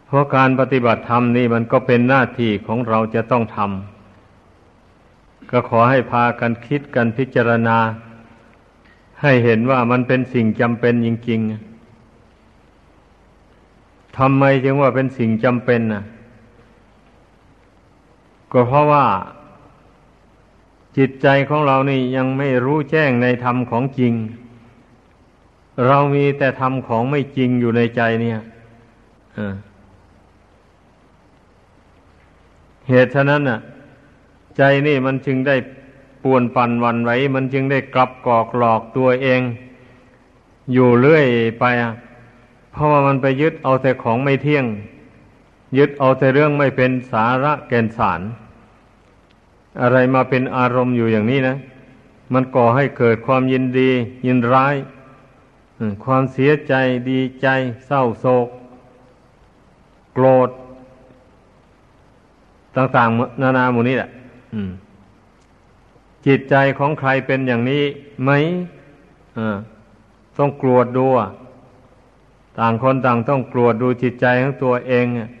เพราะการปฏิบัติธรรมนี่มันก็เป็นหน้าที่ของเราจะต้องทำก็ขอให้พากันคิดกันพิจารณาให้เห็นว่ามันเป็นสิ่งจำเป็นจริงๆทำไมจึงว่าเป็นสิ่งจำเป็นน่ะก็เพราะว่าจิตใจของเรานี่ยังไม่รู้แจ้งในธรรมของจริงเรามีแต่ธรรมของไม่จริงอยู่ในใจเนี่ยเหตุฉะนั้นน่ะใจนี่มันจึงได้ป่วนปั่นหวั่นไหวมันจึงได้กลับกอกหลอกตัวเองอยู่เรื่อยไปเพราะว่ามันไปยึดเอาแต่ของไม่เที่ยงยึดเอาแต่เรื่องไม่เป็นสาระแก่นสารอะไรมาเป็นอารมณ์อยู่อย่างนี้นะมันก่อให้เกิดความยินดียินร้ายความเสียใจดีใจเศร้าโศกโกรธต่างๆนานาหมู่นี้แหละจิตใจของใครเป็นอย่างนี้ไหมต้องกรวดดูต่างคนต่างต้องกรวดดูจิตใจของตัวเอง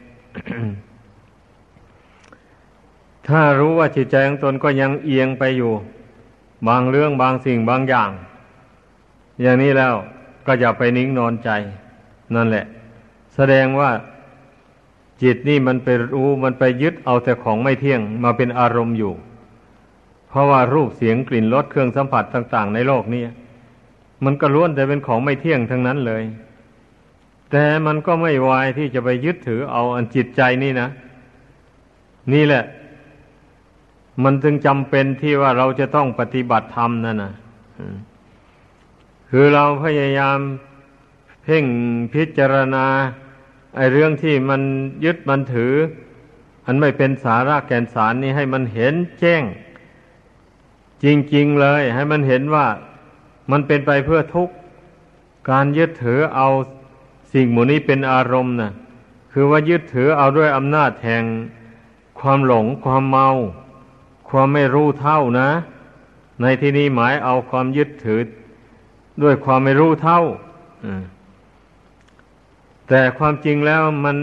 ถ้ารู้ว่าจิตใจของตนก็ยังเอียงไปอยู่บางเรื่องบางสิ่งบางอย่างอย่างนี้แล้วก็อย่าไปนิ่งนอนใจนั่นแหละแสดงว่าจิตนี่มันไปรู้มันไปยึดเอาแต่ของไม่เที่ยงมาเป็นอารมณ์อยู่เพราะว่ารูปเสียงกลิ่นรสเครื่องสัมผัสต่างๆในโลกนี้มันก็ล้วนแต่เป็นของไม่เที่ยงทั้งนั้นเลยแต่มันก็ไม่วายที่จะไปยึดถือเอาอันจิตใจนี่นะนี่แหละมันจึงจำเป็นที่ว่าเราจะต้องปฏิบัติธรรมนั่นนะคือเราพยายามเพ่งพิจารณาไอ้เรื่องที่มันยึดมันถืออันไม่เป็นสาระแก่นสารนี่ให้มันเห็นแจ้งจริงๆเลยให้มันเห็นว่ามันเป็นไปเพื่อทุกข์การยึดถือเอาสิ่งหมู่นี้เป็นอารมณ์น่ะคือว่ายึดถือเอาด้วยอำนาจแห่งความหลงความเมาความไม่รู้เท่านะในที่นี้หมายเอาความยึดถือด้วยความไม่รู้เท่าแต่ความจริงแล้วมัน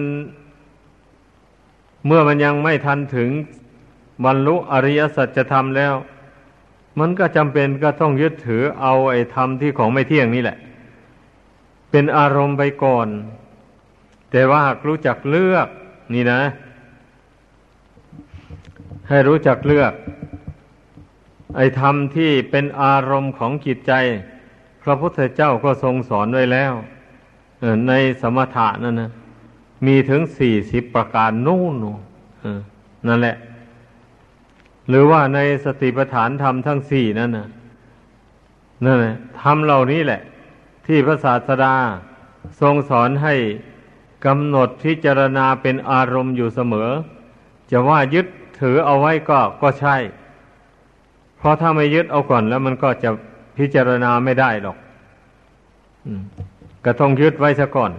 เมื่อมันยังไม่ทันถึงบรรลุอริยสัจธรรมแล้วมันก็จำเป็นก็ต้องยึดถือเอาไอ้ธรรมที่ของไม่เที่ยงนี่แหละเป็นอารมณ์ไปก่อนแต่ว่าหากรู้จักเลือกนี่นะให้รู้จักเลือกไอ้ธรรมที่เป็นอารมณ์ของจิตใจพระพุทธเจ้าก็ทรงสอนไว้แล้วในสมถะนั่นนะมีถึง40ประการนู่นนั่นแหละหรือว่าในสติปัฏฐานธรรมทั้ง4นั่นนะนั่นแหละธรรมเหล่านี้แหละที่พระศาสดาทรงสอนให้กำหนดพิจารณาเป็นอารมณ์อยู่เสมอจะว่ายึดถือเอาไว้ก็ใช่เพราะถ้าไม่ยึดเอาก่อนแล้วมันก็จะพิจารณาไม่ได้หรอกก็ต้องยึดไว้ซะก่อน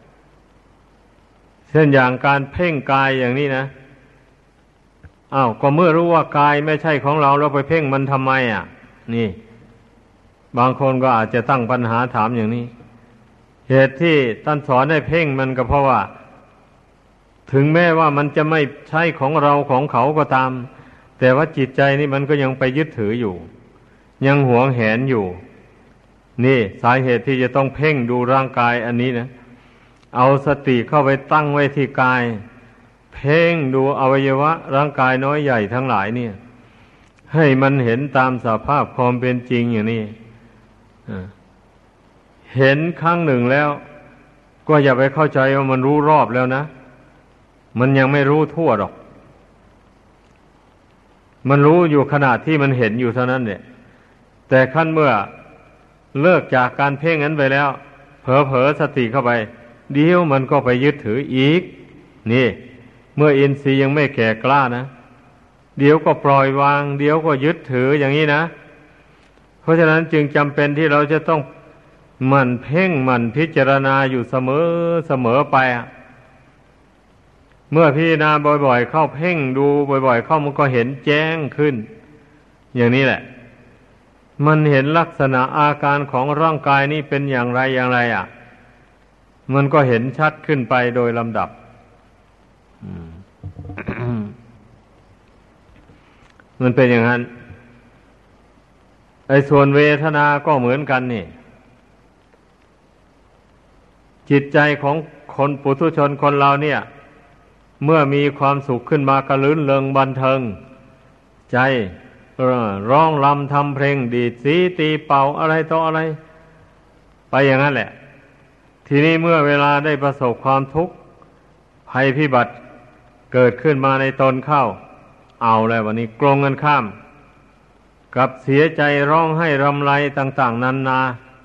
เช่นอย่างการเพ่งกายอย่างนี้นะก็เมื่อรู้ว่ากายไม่ใช่ของเราแล้วไปเพ่งมันทำไมนี่บางคนก็อาจจะตั้งปัญหาถามอย่างนี้เหตุที่ท่านสอนให้เพ่งมันก็เพราะว่าถึงแม้ว่ามันจะไม่ใช่ของเราของเขาก็ตามแต่ว่าจิตใจนี่มันก็ยังไปยึดถืออยู่ยังหวงแหนอยู่นี่สาเหตุที่จะต้องเพ่งดูร่างกายอันนี้นะเอาสติเข้าไปตั้งไว้ที่กายเพ่งดูอวัยวะร่างกายน้อยใหญ่ทั้งหลายเนี่ยให้มันเห็นตามสภาพความเป็นจริงอย่างนี้เห็นครั้งหนึ่งแล้วก็อย่าไปเข้าใจว่ามันรู้รอบแล้วนะมันยังไม่รู้ทั่วหรอกมันรู้อยู่ขณะที่มันเห็นอยู่เท่านั้นเนี่ยแต่ขั้นเมื่อเลิกจากการเพ่งนั้นไปแล้วเผลอสติเข้าไปเดี๋ยวมันก็ไปยึดถืออีกนี่เมื่ออินทรีย์ยังไม่แก่กล้านะเดี๋ยวก็ปล่อยวางเดี๋ยวก็ยึดถืออย่างนี้นะเพราะฉะนั้นจึงจำเป็นที่เราจะต้องหมั่นเพ่งหมั่นพิจารณาอยู่เสมอไปเมื่อพิจารณาบ่อยๆเข้าเพ่งดูบ่อยๆเข้ามันก็เห็นแจ้งขึ้นอย่างนี้แหละมันเห็นลักษณะอาการของร่างกายนี่เป็นอย่างไรมันก็เห็นชัดขึ้นไปโดยลำดับมันเป็นอย่างนั้นไอ้ส่วนเวทนาก็เหมือนกันนี่จิตใจของคนปุถุชนคนเราเนี่ยเมื่อมีความสุขขึ้นมากระลื่นเริงบันเทิงใจร้องรำทำเพลงดีดสีตีเป่าอะไรต่ออะไรไปอย่างนั้นแหละทีนี้เมื่อเวลาได้ประสบความทุกข์ภัยพิบัติเกิดขึ้นมาในตนเข้าเอาแล้ววันนี้กลงกันข้ามกับเสียใจร้องไห้รำไรต่างๆนานา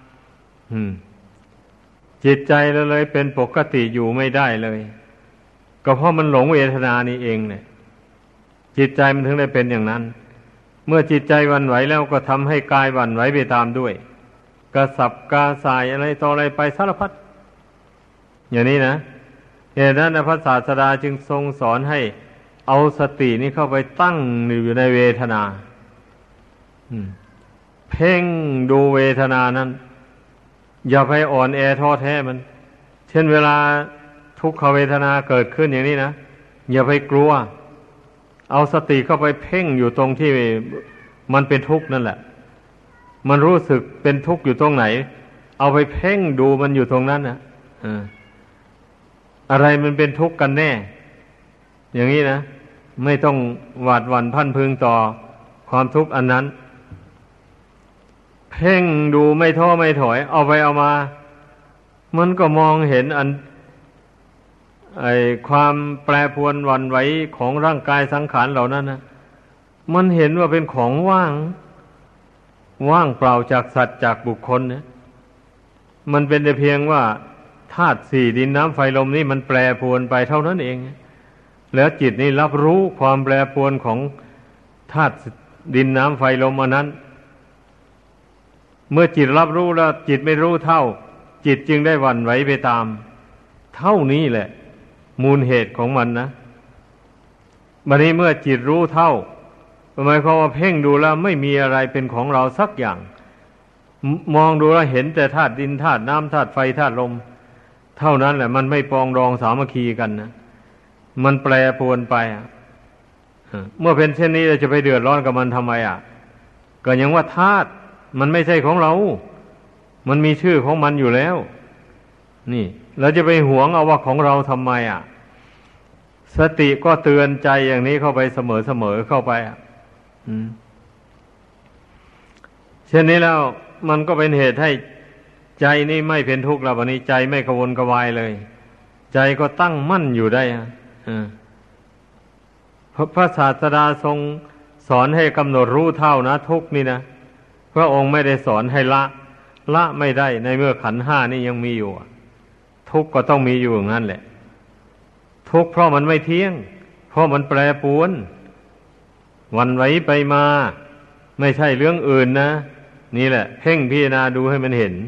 จิตใจเลยเป็นปกติอยู่ไม่ได้เลยก็เพราะมันหลงเวทนานี่เองเนี่ยจิตใจมันถึงได้เป็นอย่างนั้นเมื่อจิตใจหวั่นไหวแล้วก็ทำให้กายหวั่นไหวไปตามด้วยกระสับกระส่ายอะไรต่ออะไรไปสารพัดอย่างนี้นะเหตุนั้นพระศาสดาจึงทรงสอนให้เอาสตินี้เข้าไปตั้งอยู่ในเวทนาเพ่งดูเวทนานั้นอย่าไปอ่อนแอท้อแท้มันเช่นเวลาทุกขเวทนาเกิดขึ้นอย่างนี้นะอย่าไปกลัวเอาสติเข้าไปเพ่งอยู่ตรงที่มันเป็นทุกข์นั่นแหละมันรู้สึกเป็นทุกข์อยู่ตรงไหนเอาไปเพ่งดูมันอยู่ตรงนั้นนะอะไรมันเป็นทุกข์กันแน่อย่างนี้นะไม่ต้องหวาดหวั่นพรั่นพรึงต่อความทุกข์อันนั้นเพ่งดูไม่ท้อไม่ถอยเอาไปเอามามันก็มองเห็นความแปรปรวนหวั่นไหวของร่างกายสังขารเหล่านั้นนะมันเห็นว่าเป็นของว่างเปล่าจากสัตว์จากบุคคลนะมันเป็นแต่เพียงว่าธาตุสี่ดินน้ำไฟลมนี่มันแปรปรวนไปเท่านั้นเองแล้วจิตนี่รับรู้ความแปรปรวนของธาตุดินน้ำไฟลมอันนั้นเมื่อจิตรับรู้แล้วจิตไม่รู้เท่าจิตจึงได้หวั่นไหวไปตามเท่านี้แหละมูลเหตุของมันนะบัดนี้เมื่อจิตรู้เท่าหมายความว่าเพ่งดูแล้วไม่มีอะไรเป็นของเราสักอย่างมองดูแล้วเห็นแต่ธาตุดินธาตุน้ำธาตุไฟธาตุลมเท่านั้นแหละมันไม่ปรองดองสามัคคีกันนะมันแปรปรวนไปเมื่อเป็นเช่นนี้เราจะไปเดือดร้อนกับมันทำไมก็ยังว่าธาตุมันไม่ใช่ของเรามันมีชื่อของมันอยู่แล้วนี่เราจะไปหวงเอาว่าของเราทำไมสติก็เตือนใจอย่างนี้เข้าไปเสมอเข้าไปเช่นนี้แล้วมันก็เป็นเหตุให้ใจนี่ไม่เป็นทุกข์แล้ววันนี้ใจไม่กระวนกระวายเลยใจก็ตั้งมั่นอยู่ได้พระศาสดาทรงสอนให้กำหนดรู้เท่านะทุกข์นี่นะพระองค์ไม่ได้สอนให้ละไม่ได้ในเมื่อขันธ์ห้านี่ยังมีอยู่ทุกข์ก็ต้องมีอยู่อย่างนั้นแหละทุกข์เพราะมันไม่เที่ยงเพราะมันแปรปรวนหวั่นไหวไปมาไม่ใช่เรื่องอื่นนะนี่แหละเพ่งพิจารณาดูให้มันเห็น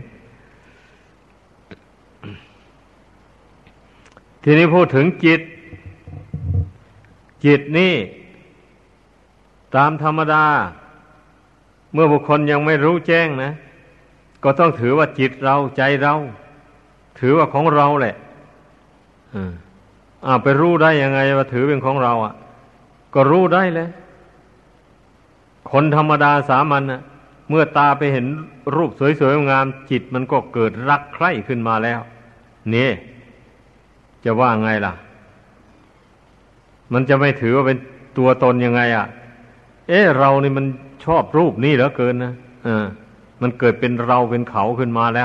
ทีนี้พูดถึงจิตนี่ตามธรรมดาเมื่อบุคคลยังไม่รู้แจ้งนะก็ต้องถือว่าจิตเราใจเราถือว่าของเราแหละไปรู้ได้ยังไงว่าถือเป็นของเราก็รู้ได้เลยคนธรรมดาสามัญเมื่อตาไปเห็นรูปสวยๆงามจิตมันก็เกิดรักใคร่ขึ้นมาแล้วนี่จะว่าไงล่ะมันจะไม่ถือว่าเป็นตัวตนยังไงเรานี่มันชอบรูปนี่เหลือเกินนะมันเกิดเป็นเราเป็นเขาขึ้นมาแล้ว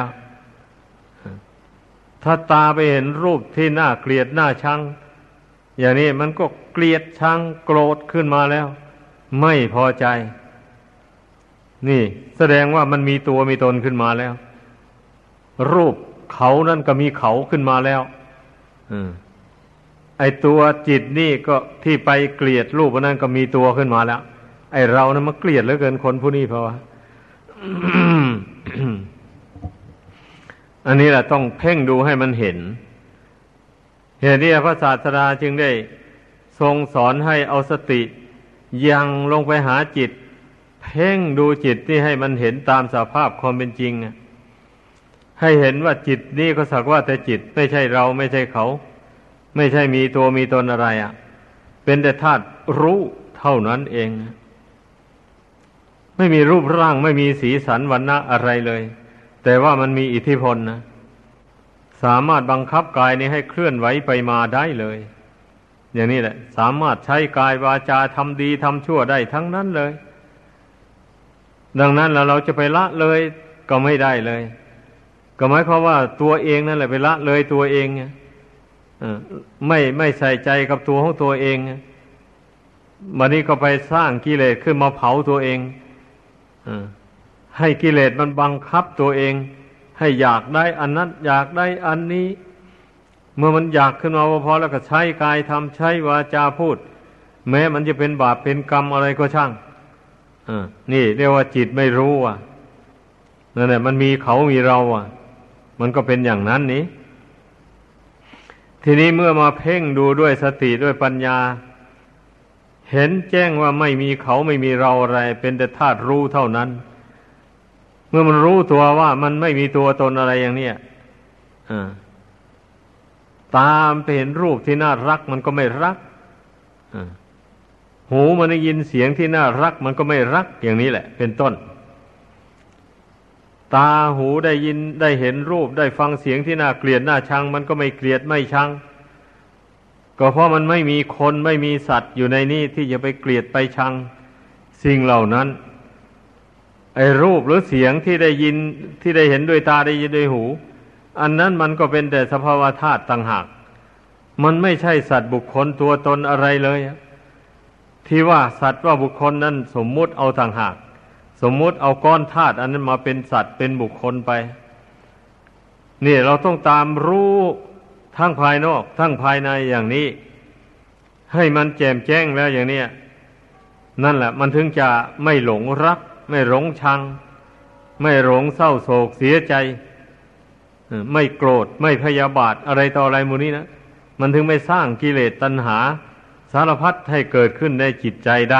ถ้าตาไปเห็นรูปที่น่าเกลียดน่าชังอย่างนี้มันก็เกลียดชังโกรธขึ้นมาแล้วไม่พอใจนี่แสดงว่ามันมีตัวมีตนขึ้นมาแล้วรูปเขานั่นก็มีเขาขึ้นมาแล้วไอ้ตัวจิตนี่ก็ที่ไปเกลียดรูปนั้นก็มีตัวขึ้นมาแล้วไอ้เรานั้นมันเกลียดเหลือเกินคนผู้นี้เพราะว่า อันนี้แหละต้องเพ่งดูให้มันเห็นเหตุนี้พระศาสดาจึงได้ทรงสอนให้เอาสติยังลงไปหาจิตเพ่งดูจิตที่ให้มันเห็นตามสภาพความเป็นจริงให้เห็นว่าจิตนี่ก็สักว่าแต่จิตไม่ใช่เราไม่ใช่เขาไม่ใช่มีตัวมีตนอะไรอ่ะเป็นแต่ธาตุรู้เท่านั้นเองไม่มีรูปร่างไม่มีสีสันวรรณะอะไรเลยแต่ว่ามันมีอิทธิพลนะสามารถบังคับกายนี้ให้เคลื่อนไหวไปมาได้เลยอย่างนี้แหละสามารถใช้กายวาจาทำดีทำชั่วได้ทั้งนั้นเลยดังนั้นเราจะไปละเลยก็ไม่ได้เลยก็หมายความว่าตัวเองนั่นแหละไปละเลยตัวเองไม่ใส่ใจกับตัวของตัวเองวันนี้ก็ไปสร้างกิเลสขึ้นมาเผาตัวเองให้กิเลสมันบังคับตัวเองให้อยากได้อันนั้นอยากได้อันนี้เมื่อมันอยากขึ้นมาพอแล้วก็ใช้กายทำใช้วาจาพูดแม้มันจะเป็นบาปเป็นกรรมอะไรก็ช่างนี่เรียกว่าจิตไม่รู้นั่นแหละมันมีเขามีเรามันก็เป็นอย่างนั้นนี้ทีนี้เมื่อมาเพ่งดูด้วยสติด้วยปัญญาเห็นแจ้งว่าไม่มีเขาไม่มีเราอะไรเป็นแต่ธาตุรู้เท่านั้นเมื่อมันรู้ตัวว่ามันไม่มีตัวตนอะไรอย่างเนี้ยตามไปเห็นรูปที่น่ารักมันก็ไม่รักหูมันได้ยินเสียงที่น่ารักมันก็ไม่รักอย่างนี้แหละเป็นต้นตาหูได้ยินได้เห็นรูปได้ฟังเสียงที่น่าเกลียดน่าชังมันก็ไม่เกลียดไม่ชังก็เพราะมันไม่มีคนไม่มีสัตว์อยู่ในนี้ที่จะไปเกลียดไปชังสิ่งเหล่านั้นไอ้รูปหรือเสียงที่ได้ยินที่ได้เห็นด้วยตาได้ยินด้วยหูอันนั้นมันก็เป็นแต่สภาวะธาตุต่างหากมันไม่ใช่สัตว์บุคคลตัวตนอะไรเลยที่ว่าสัตว์ว่าบุคคลนั้นสมมุติเอาต่างหากสมมุติเอาก้อนธาตุอันนั้นมาเป็นสัตว์เป็นบุคคลไปนี่เราต้องตามรู้ทั้งภายนอกทั้งภายในอย่างนี้ให้มันแจ่มแจ้งแล้วอย่างนี้นั่นแหละมันถึงจะไม่หลงรักไม่หลงชังไม่หลงเศร้าโศกเสียใจไม่โกรธไม่พยาบาทอะไรต่ออะไรหมู่นี้นะมันถึงไม่สร้างกิเลสตัณหาสารพัดให้เกิดขึ้นในจิตใจได้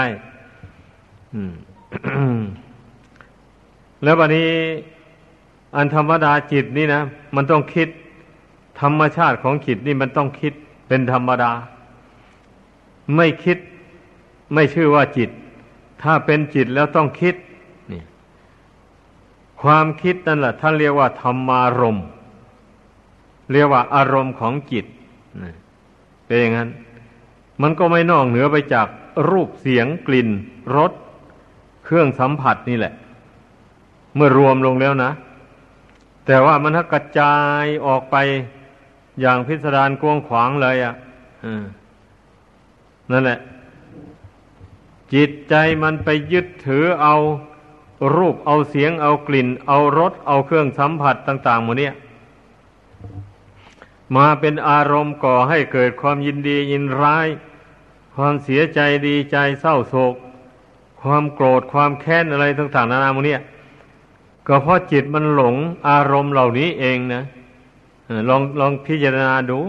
แล้วบัดนี้อันธรรมดาจิตนี่นะมันต้องคิดธรรมชาติของจิตนี่มันต้องคิดเป็นธรรมดาไม่คิดไม่ชื่อว่าจิตถ้าเป็นจิตแล้วต้องคิดนี่ความคิดนั่นแหละท่านเรียกว่าธรรมารมณ์เรียกว่าอารมณ์ของจิตเป็นอย่างนั้นมันก็ไม่นอกเหนือไปจากรูปเสียงกลิ่นรสเครื่องสัมผัสนี่แหละเมื่อรวมลงแล้วนะแต่ว่ามันกระจายออกไปอย่างพิสดารกว้างขวางเลยนั่นแหละจิตใจมันไปยึดถือเอารูปเอาเสียงเอากลิ่นเอารสเอาเครื่องสัมผัสต่างๆหมดเนี่ยมาเป็นอารมณ์ก่อให้เกิดความยินดียินร้ายความเสียใจดีใจเศร้าโศกความโกรธความแค้นอะไรต่างๆนานาหมดเนี่ยก็เพราะจิตมันหลงอารมณ์เหล่านี้เองนะลองพิจารณาดู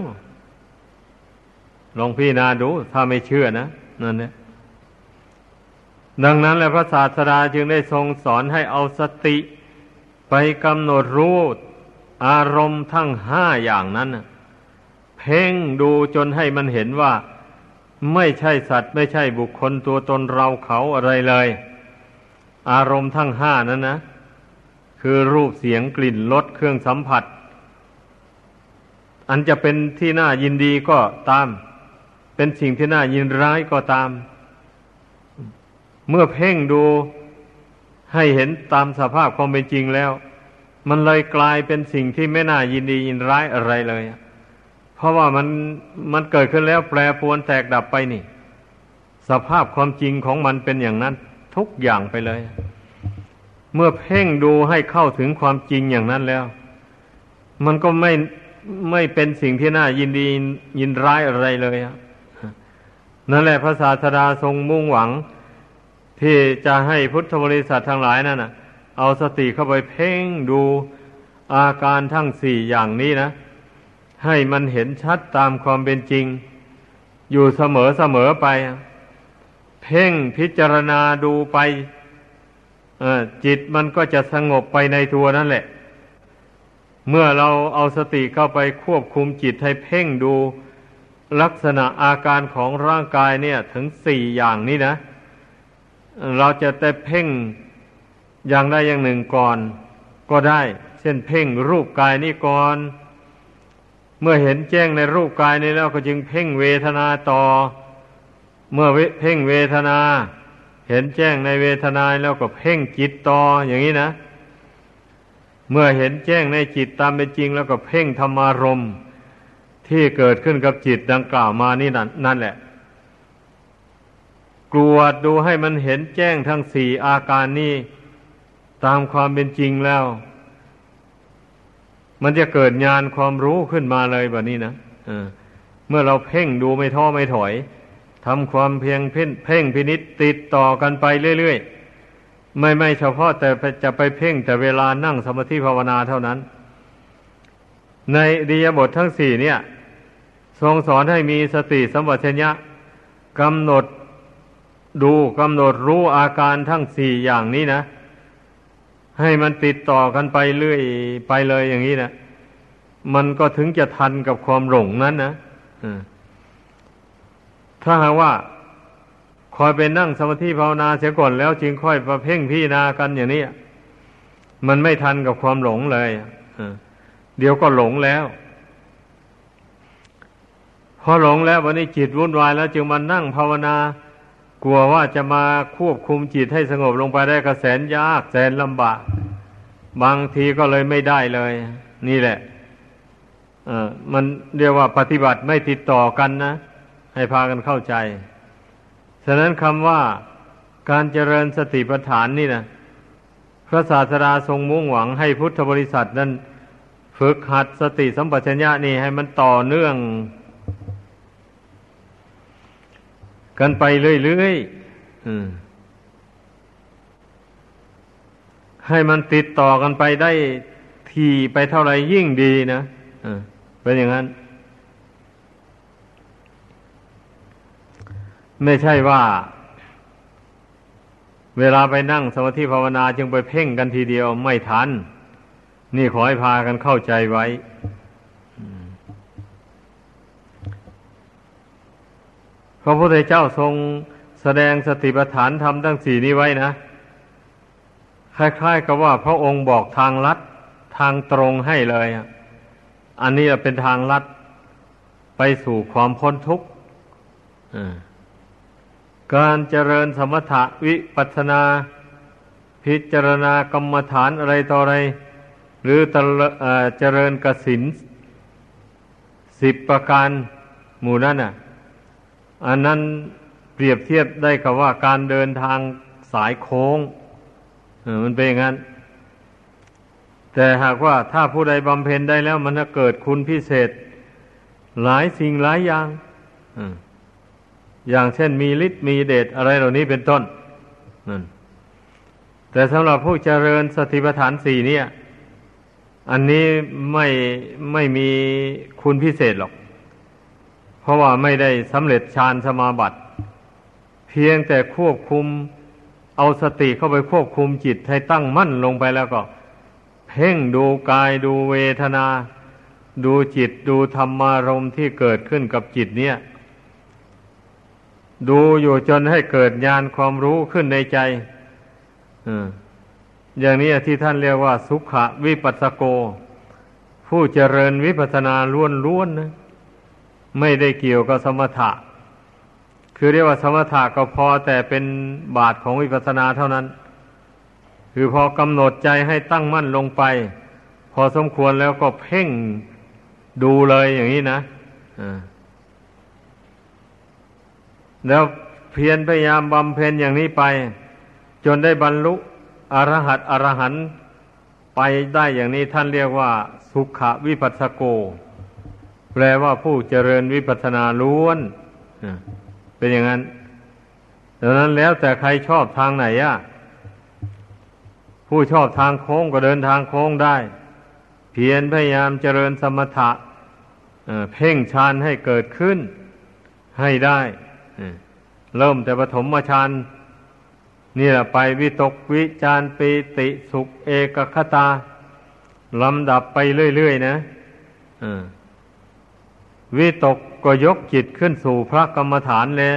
ลองพิจารณาดูถ้าไม่เชื่อนะนั่นเนี่ยดังนั้นแหละพระศาสดาจึงได้ทรงสอนให้เอาสติไปกำหนดรู้อารมณ์ทั้งห้าอย่างนั้นเพ่งดูจนให้มันเห็นว่าไม่ใช่สัตว์ไม่ใช่บุคคลตัวตนเราเขาอะไรเลยอารมณ์ทั้งห้านั้นนะคือรูปเสียงกลิ่นรสเครื่องสัมผัสอันจะเป็นที่น่ายินดีก็ตามเป็นสิ่งที่น่ายินร้ายก็ตามเมื่อเพ่งดูให้เห็นตามสภาพความเป็นจริงแล้วมันเลยกลายเป็นสิ่งที่ไม่น่ายินดียินร้ายอะไรเลยเพราะว่ามันเกิดขึ้นแล้วแปรปรวนแตกดับไปนี่สภาพความจริงของมันเป็นอย่างนั้นทุกอย่างไปเลยเมื่อเพ่งดูให้เข้าถึงความจริงอย่างนั้นแล้วมันก็ไม่เป็นสิ่งที่น่ายินดียินร้ายอะไรเลยนั่นแหละพระศาสดาทรงมุ่งหวังที่จะให้พุทธบริษัททั้งหลายนั่นน่ะเอาสติเข้าไปเพ่งดูอาการทั้งสี่อย่างนี้นะให้มันเห็นชัดตามความเป็นจริงอยู่เสมอไปเพ่งพิจารณาดูไปจิตมันก็จะสงบไปในตัวนั่นแหละเมื่อเราเอาสติเข้าไปควบคุมจิตให้เพ่งดูลักษณะอาการของร่างกายเนี่ยถึงสี่อย่างนี้นะเราจะแต่เพ่งอย่างใดอย่างหนึ่งก่อนก็ได้เช่นเพ่งรูปกายนี้ก่อนเมื่อเห็นแจ้งในรูปกายนี้แล้วก็จึงเพ่งเวทนาต่อเมื่อเพ่งเวทนาเห็นแจ้งในเวทนาแล้วก็เพ่งจิตต่ออย่างนี้นะเมื่อเห็นแจ้งในจิตตามเป็นจริงแล้วก็เพ่งธรรมารมณ์ที่เกิดขึ้นกับจิตดังกล่าวมานี่นั่นแหละกรวดดูให้มันเห็นแจ้งทั้งสี่อาการนี้ตามความเป็นจริงแล้วมันจะเกิดญาณความรู้ขึ้นมาเลยแบบนี้นะเมื่อเราเพ่งดูไม่ท้อไม่ถอยทำความเพ่งพินิจติดต่อกันไปเรื่อยๆไม่เฉพาะแต่จะไปเพ่งแต่เวลานั่งสมาธิภาวนาเท่านั้นในอิริยาบถทั้งสี่เนี่ยทรงสอนให้มีสติสัมปชัญญะกำหนดดูกำหนดรู้อาการทั้งสี่อย่างนี้นะให้มันติดต่อกันไปเรื่อยไปเลยอย่างนี้นะมันก็ถึงจะทันกับความหลงนั้นนะถ้าหากว่าคอยไปนั่งสมาธิภาวนาเสียก่อนแล้วจึงค่อยมาเพ่งพิจารณากันอย่างนี้มันไม่ทันกับความหลงเลยเดี๋ยวก็หลงแล้วพอหลงแล้ววันนี้จิตวุ่นวายแล้วจึงมานั่งภาวนากลัวว่าจะมาควบคุมจิตให้สงบลงไปได้ก็แสนยากแสนลำบากบางทีก็เลยไม่ได้เลยนี่แหละมันเรียกว่าปฏิบัติไม่ติดต่อกันนะให้พากันเข้าใจฉะนั้นคำว่าการเจริญสติปัฏฐานนี่นะพระศาสดาทรงมุ่งหวังให้พุทธบริษัทนั้นฝึกหัดสติสัมปชัญญะนี่ให้มันต่อเนื่องกันไปเรื่อยๆให้มันติดต่อกันไปได้ทีไปเท่าไรยิ่งดีนะเป็นอย่างนั้นไม่ใช่ว่าเวลาไปนั่งสมาธิภาวนาจึงไปเพ่งกันทีเดียวไม่ทันนี่ขอให้พากันเข้าใจไว้พระพุทธเจ้าทรงแสดงสติปัฏฐานธรรมทั้งสี่นี้ไว้นะคล้ายๆกับว่าพระองค์บอกทางลัดทางตรงให้เลยอันนี้เป็นทางลัดไปสู่ความพ้นทุกข์การเจริญสมถะวิปัสสนาพิจารณากรรมฐานอะไรต่ออะไรหรือเจริญกสิณ10 ประการหมู่นั้นอันนั้นเปรียบเทียบได้กับว่าการเดินทางสายโค้งมันเป็นอย่างนั้นแต่หากว่าถ้าผู้ใดบำเพ็ญได้แล้วมันจะเกิดคุณพิเศษหลายสิ่งหลายอย่างอย่างเช่นมีฤทธิ์มีเดชอะไรเหล่านี้เป็นต้นนั่นแต่สำหรับผู้เจริญสติปัฏฐานสี่เนี่ยอันนี้ไม่มีคุณพิเศษหรอกเพราะว่าไม่ได้สำเร็จฌานสมาบัติเพียงแต่ควบคุมเอาสติเข้าไปควบคุมจิตให้ตั้งมั่นลงไปแล้วก็เพ่งดูกายดูเวทนาดูจิตดูธรรมารมณ์ที่เกิดขึ้นกับจิตเนี่ยดูอยู่จนให้เกิดญาณความรู้ขึ้นในใจอย่างนี้ที่ท่านเรียกว่าสุขวิปัสสโกผู้เจริญวิปัสสนาล้วนๆนะไม่ได้เกี่ยวกับสมถะคือเรียกว่าสมถะก็พอแต่เป็นบาทของวิปัสสนาเท่านั้นคือพอกำหนดใจให้ตั้งมั่นลงไปพอสมควรแล้วก็เพ่งดูเลยอย่างนี้นะแล้วเพียรพยายามบำเพ็ญอย่างนี้ไปจนได้บรรลุอรหันต์ไปได้อย่างนี้ท่านเรียกว่าสุขวิปัสสโกแปลว่าผู้เจริญวิปัสสนาล้วนเป็นอย่างนั้นดังนั้นแล้วแต่ใครชอบทางไหนผู้ชอบทางโค้งก็เดินทางโค้งได้เพียรพยายามเจริญสมถะเพ่งฌานให้เกิดขึ้นให้ได้เริ่มแต่ปฐมฌานนี่แหละไปวิตกวิจารปีติสุขเอกคตาลำดับไปเรื่อยๆนะวิตกก็ยกจิตขึ้นสู่พระกรรมฐานเลย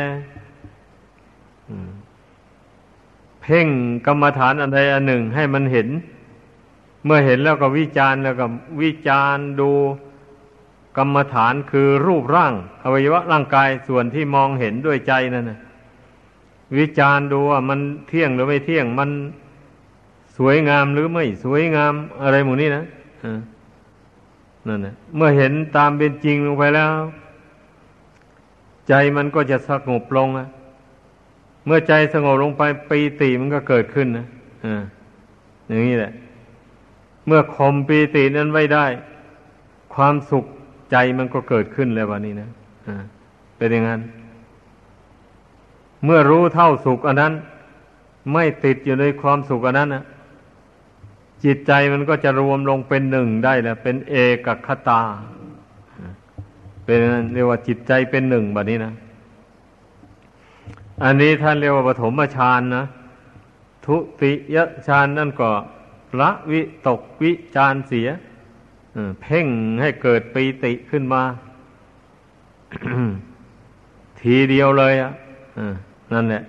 เพ่งกรรมฐานอันใดอันหนึ่งให้มันเห็นเมื่อเห็นแล้วก็วิจารณ์แล้วก็วิจารณ์ดูกรรมฐานคือรูปร่างอวัยวะร่างกายส่วนที่มองเห็นด้วยใจนั่นนะวิจารณ์ดูว่ามันเที่ยงหรือไม่เที่ยงมันสวยงามหรือไม่สวยงามอะไรหมู่นี้นะนั่นนะเมื่อเห็นตามเป็นจริงลงไปแล้วใจมันก็จะสงบลงนะเมื่อใจสงบลงไปปีติมันก็เกิดขึ้นนะอย่างนี้แหละเมื่อข่มปีตินั้นไว้ได้ความสุขใจมันก็เกิดขึ้นแล้ววันนี้นะเป็นอย่างนั้นเมื่อรู้เท่าสุขอันนั้นไม่ติดอยู่ในความสุขอันนั้นนะจิตใจมันก็จะรวมลงเป็นหนึ่งได้แล้วเป็นเอกคตาเป็นเรียกว่าจิตใจเป็นหนึ่งแบบนี้นะอันนี้ท่านเรียกว่าปฐมฌานนะทุติยฌานนั่นก็ละวิตกวิจารเสียเพ่งให้เกิดปีติขึ้นมา ทีเดียวเลยนั่นแหละ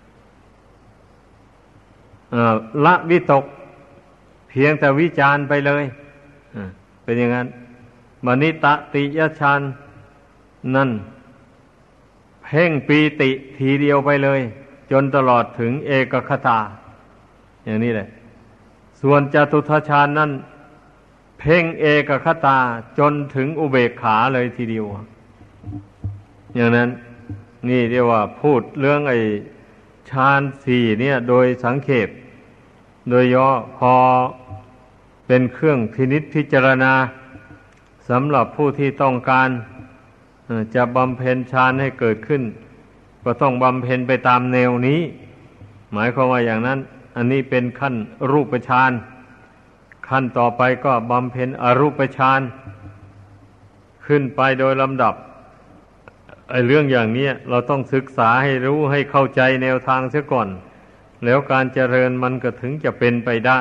ละวิตกเพียงแต่วิจารไปเลยเป็นอย่างนั้นมณิตติยฌานนั่นเพ่งปีติทีเดียวไปเลยจนตลอดถึงเอกคตาอย่างนี้แหละส่วนจตุทัชฌานนั่นเพ่งเอกคตาจนถึงอุเบกขาเลยทีเดียวอย่างนั้นนี่เรียกว่าพูดเรื่องไอ้ฌานสี่เนี่ยโดยสังเขปโดยย่อพอเป็นเครื่องพินิจพิจารณาสำหรับผู้ที่ต้องการจะบำเพ็ญฌานให้เกิดขึ้นก็ต้องบำเพ็ญไปตามแนวนี้หมายความว่าอย่างนั้นอันนี้เป็นขั้นรูปฌานขั้นต่อไปก็บำเพ็ญอรูปฌานขึ้นไปโดยลำดับไอ้เรื่องอย่างนี้เราต้องศึกษาให้รู้ให้เข้าใจแนวทางเสียก่อนแล้วการเจริญมันก็ถึงจะเป็นไปได้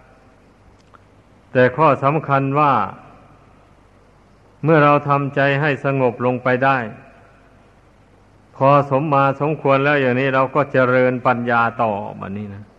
แต่ข้อสำคัญว่าเมื่อเราทำใจให้สงบลงไปได้พอสมมาสมควรแล้วอย่างนี้เราก็เจริญปัญญาต่อแบบนี้นะ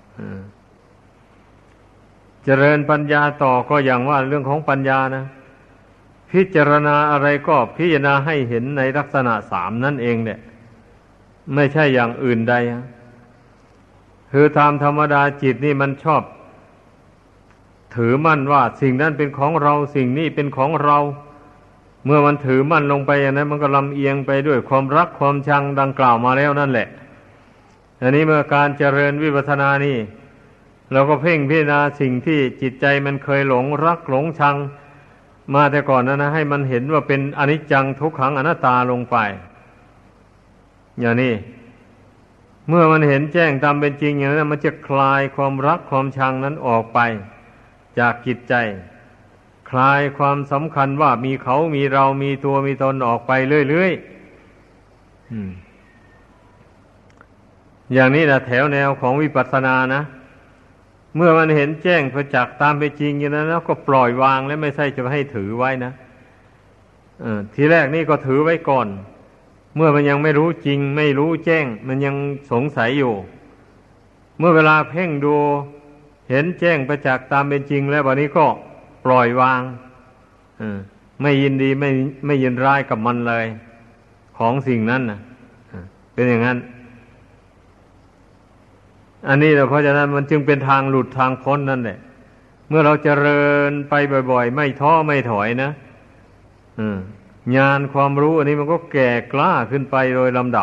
เจริญปัญญาต่อก็อย่างว่าเรื่องของปัญญานะพิจารณาอะไรก็พิจารณาให้เห็นในลักษณะสามนั่นเองเนี่ยไม่ใช่อย่างอื่นใดคือตามธรรมดาจิตนี่มันชอบถือมั่นว่าสิ่งนั้นเป็นของเราสิ่งนี้เป็นของเราเมื่อมันถือมั่นลงไปอย่างนั้นมันก็ลำเอียงไปด้วยความรักความชังดังกล่าวมาแล้วนั่นแหละอันนี้เมื่อการเจริญวิปัสสนานี่เราก็เพ่งพิจารณาสิ่งที่จิตใจมันเคยหลงรักหลงชังมาแต่ก่อนนะให้มันเห็นว่าเป็นอนิจจังทุกขังอนัตตาลงไปอย่างนี้เมื่อมันเห็นแจ้งตามเป็นจริงอย่างนั้นมันจะคลายความรักความชังนั้นออกไปจากจิตใจคลายความสำคัญว่ามีเขามีเรามีตัวมีตนออกไปเรื่อยๆอย่างนี้นะแถวแนวของวิปัสสนานะเมื่อมันเห็นแจ้งประจักษ์ตามเป็นจริงอย่างนั้นแล้วก็ปล่อยวางและไม่ใช่จะให้ถือไว้นะทีแรกนี่ก็ถือไว้ก่อนเมื่อมันยังไม่รู้จริงไม่รู้แจ้งมันยังสงสัยอยู่เมื่อเวลาเพ่งดูเห็นแจ้งประจักษ์ตามเป็นจริงแล้ววันนี้ก็ปล่อยวางไม่ยินดีไม่ยินร้ายกับมันเลยของสิ่งนั้นนะเป็นอย่างนั้นอันนี้เพราะฉะนั้นมันจึงเป็นทางหลุดทางพ้นนั่นแหละเมื่อเราเจริญไปบ่อยๆไม่ท้อไม่ถอยนะญาณความรู้อันนี้มันก็แก่กล้าขึ้นไปโดยลำดับ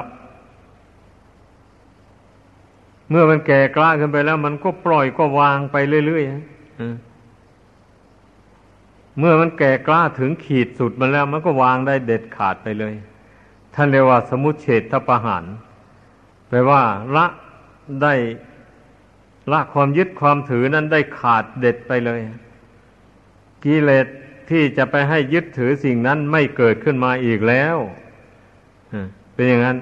เมื่อมันแก่กล้าขึ้นไปแล้วมันก็ปล่อยก็วางไปเรื่อยๆเมื่อมันแก่กล้าถึงขีดสุดมันแล้วมันก็วางได้เด็ดขาดไปเลยท่านเรียกว่าสมุจเฉทปหานแปลว่าละความยึดความถือนั้นได้ขาดเด็ดไปเลยกิเลสที่จะไปให้ยึดถือสิ่งนั้นไม่เกิดขึ้นมาอีกแล้วเป็นอย่างนั้น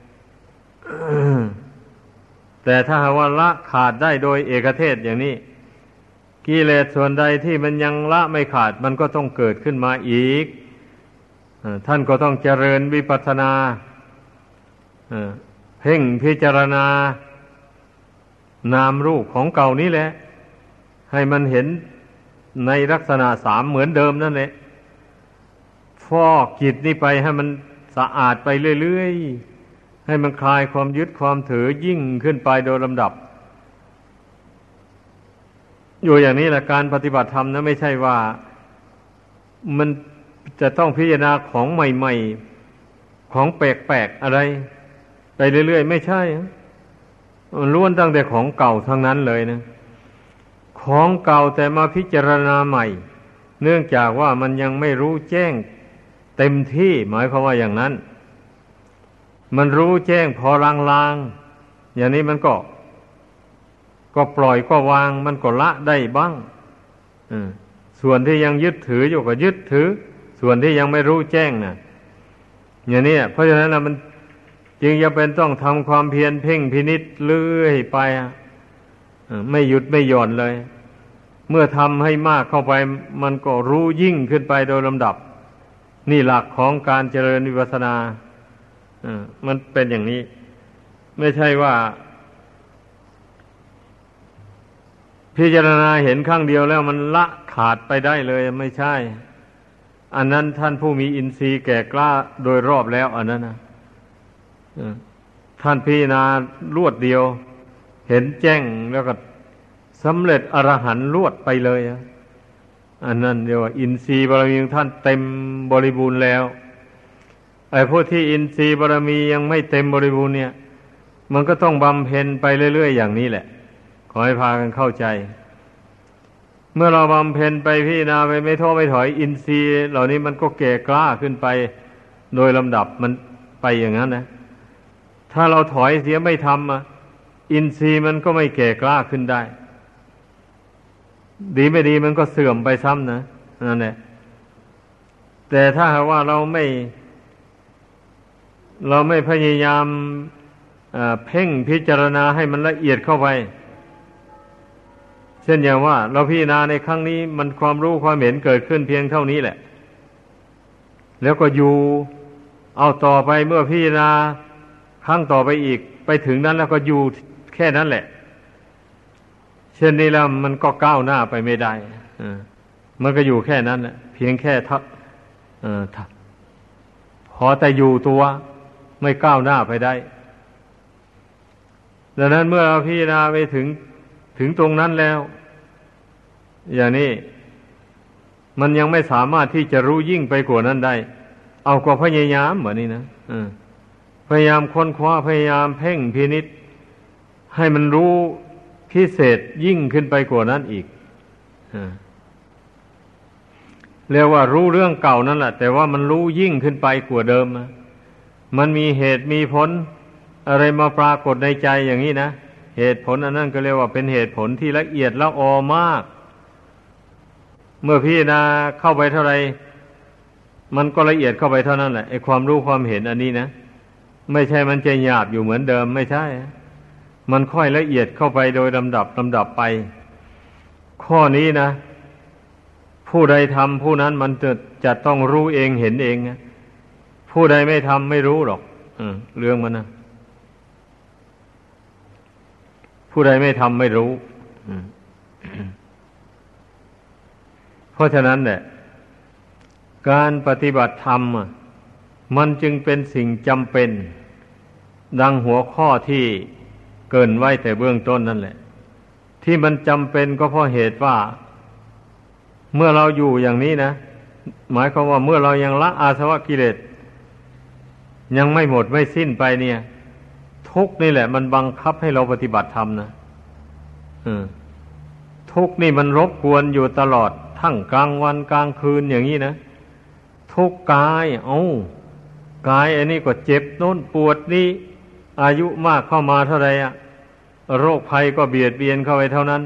แต่ถ้าหากว่าละขาดได้โดยเอกเทศอย่างนี้กิเลสส่วนใดที่มันยังละไม่ขาดมันก็ต้องเกิดขึ้นมาอีกท่านก็ต้องเจริญวิปัสสนาเพ่งพิจารณานามรูปของเก่านี้แหละให้มันเห็นในลักษณะสามเหมือนเดิมนั่นแหละฟอกจิตนี่ไปให้มันสะอาดไปเรื่อยๆให้มันคลายความยึดความถือยิ่งขึ้นไปโดยลำดับอยู่อย่างนี้แหละการปฏิบัติธรรมนะไม่ใช่ว่ามันจะต้องพิจารณาของใหม่ๆของแปลกๆอะไรไปเรื่อยๆไม่ใช่มันล้วนตั้งแต่ของเก่าทั้งนั้นเลยนะของเก่าแต่มาพิจารณาใหม่เนื่องจากว่ามันยังไม่รู้แจ้งเต็มที่หมายความว่าอย่างนั้นมันรู้แจ้งพอลางๆอย่างนี้มันก็ปล่อยก็วางมันก็ละได้บ้างส่วนที่ยังยึดถืออยู่ก็ยึดถือส่วนที่ยังไม่รู้แจ้งน่ะอย่างนี้เพราะฉะนั้นมันจึงจะเป็นต้องทำความเพียรเพ่งพินิจเรื่อยไปไม่หยุดไม่หย่อนเลยเมื่อทำให้มากเข้าไปมันก็รู้ยิ่งขึ้นไปโดยลำดับนี่หลักของการเจริญวิปัสสนามันเป็นอย่างนี้ไม่ใช่ว่าพิจารณาเห็นครั้งเดียวแล้วมันละขาดไปได้เลยไม่ใช่อันนั้นท่านผู้มีอินทรีย์แก่กล้าโดยรอบแล้วอันนั้นนะท่านพิจารณารวดเดียวเห็นแจ้งแล้วก็สำเร็จอรหันต์รวดไปเลยอันนั้นเรียกว่าอินทรีย์บารมีของท่านเต็มบริบูรณ์แล้วไอ้ผู้ที่อินทรีย์บารมียังไม่เต็มบริบูรณ์เนี่ยมันก็ต้องบำเพ็ญไปเรื่อยๆอย่างนี้แหละขอให้พากันเข้าใจเมื่อเราบำเพ็ญไปพิจารณาไปไม่ท้อไม่ถอยอินทรีย์เหล่านี้มันก็แก่กล้าขึ้นไปโดยลำดับมันไปอย่างนั้นนะถ้าเราถอยเสียไม่ทำอินทรีย์มันก็ไม่แก่กล้าขึ้นได้ดีไม่ดีมันก็เสื่อมไปซ้ำนะนั่นแหละแต่ถ้าหากว่าเราไม่พยายามเพ่งพิจารณาให้มันละเอียดเข้าไปเช่นอย่างว่าเราพิจารณาในครั้งนี้มันความรู้ความเห็นเกิดขึ้นเพียงเท่านี้แหละแล้วก็อยู่เอาต่อไปเมื่อพิจารณาครั้งต่อไปอีกไปถึงนั้นแล้วก็อยู่แค่นั้นแหละเช่นนี้แล้วมันก็ก้าวหน้าไปไม่ได้มันก็อยู่แค่นั้นแหละเพียงแค่พอแต่อยู่ตัวไม่ก้าวหน้าไปได้ดังนั้นเมื่อเราพิจารณาไปถึงตรงนั้นแล้วอย่างนี้มันยังไม่สามารถที่จะรู้ยิ่งไปกว่านั้นได้เอาก็พยายามเหมือนนี้นะพยายามค้นคว้าพยายามเพ่งพินิจให้มันรู้พิเศษยิ่งขึ้นไปกว่านั้นอีกเรียกว่ารู้เรื่องเก่านั่นแหละแต่ว่ามันรู้ยิ่งขึ้นไปกว่าเดิมนะมันมีเหตุมีผลอะไรมาปรากฏในใจอย่างนี้นะเหตุผลอันนั้นก็เรียกว่าเป็นเหตุผลที่ละเอียดละออมากเมื่อพิจารณาเข้าไปเท่าไรมันก็ละเอียดเข้าไปเท่านั้นแหละไอ้ความรู้ความเห็นอันนี้นะไม่ใช่มันจะหยาบอยู่เหมือนเดิมไม่ใช่มันค่อยละเอียดเข้าไปโดยลำดับไปข้อนี้นะผู้ใดทำผู้นั้นมันจะต้องรู้เองเห็นเองนะผู้ใดไม่ทำไม่รู้หรอกเรื่องมันนะผู้ใดไม่ทำไม่รู้เพราะฉะนั้นแหละการปฏิบัติธรรมมันจึงเป็นสิ่งจำเป็นดังหัวข้อที่เกริ่นไว้แต่เบื้องต้นนั่นแหละที่มันจำเป็นก็เพราะเหตุว่าเมื่อเราอยู่อย่างนี้นะหมายความว่าเมื่อเรายังละอาสวะกิเลสยังไม่หมดไม่สิ้นไปเนี่ยทุกข์นี่แหละมันบังคับให้เราปฏิบัติธรรมนะทุกข์นี่มันรบกวนอยู่ตลอดทั้งกลางวันกลางคืนอย่างนี้นะทุกข์กายกายอันนี้ก็เจ็บโน้นปวดนี่อายุมากเข้ามาเท่าไรโรคภัยก็เบียดเบียนเข้าไปเท่านั้น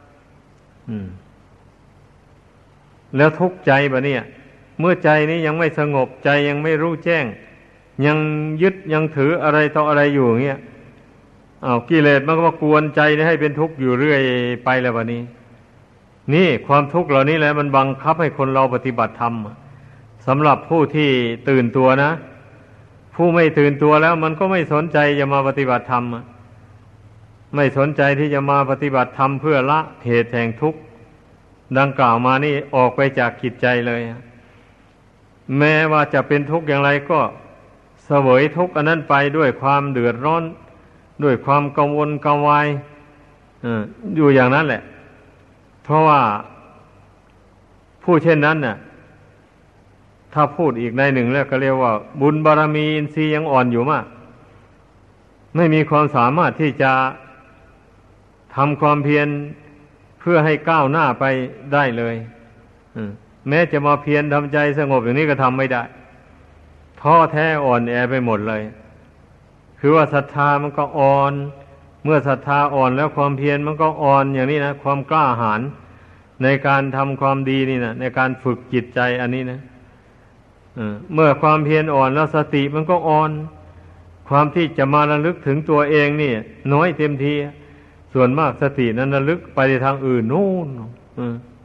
แล้วทุกข์ใจบะเนี่ยเมื่อใจนี้ยังไม่สงบใจยังไม่รู้แจ้งยังยึดยังถืออะไรต่ออะไรอยู่อย่างเงี้ยกิเลสมันก็มากวนใจให้เป็นทุกข์อยู่เรื่อยไปแล้วบะนี้นี่ความทุกข์เหล่านี้แหละมันบังคับให้คนเราปฏิบัติธรรมสำหรับผู้ที่ตื่นตัวนะผู้ไม่ตื่นตัวแล้วมันก็ไม่สนใจจะมาปฏิบัติธรรมไม่สนใจที่จะมาปฏิบัติธรรมเพื่อละเหตุแห่งทุกข์ดังกล่าวมานี่ออกไปจากจิตใจเลยแม้ว่าจะเป็นทุกข์อย่างไรก็เสวยทุกข์อันนั้นไปด้วยความเดือดร้อนด้วยความกังวลกังวายอยู่อย่างนั้นแหละเพราะว่าผู้เช่นนั้นน่ะถ้าพูดอีกในหนึ่งแล้วก็เรียกว่าบุญบารมีอินทรีย์ยังอ่อนอยู่มากไม่มีความสามารถที่จะทำความเพียรเพื่อให้ก้าวหน้าไปได้เลยแม้จะมาเพียรทำใจสงบอย่างนี้ก็ทำไม่ได้ท้อแท้อ่อนแอไปหมดเลยคือว่าศรัทธามันก็อ่อนเมื่อศรัทธาอ่อนแล้วความเพียรมันก็อ่อนอย่างนี้นะความกล้าหาญในการทำความดีนี่นะในการฝึกจิตใจอันนี้นะเมื่อความเพียรอ่อนแล้วสติมันก็อ่อนความที่จะมาระลึกถึงตัวเองนี่น้อยเต็มทีส่วนมากสตินั้นระลึกไปในทางอื่นนู่น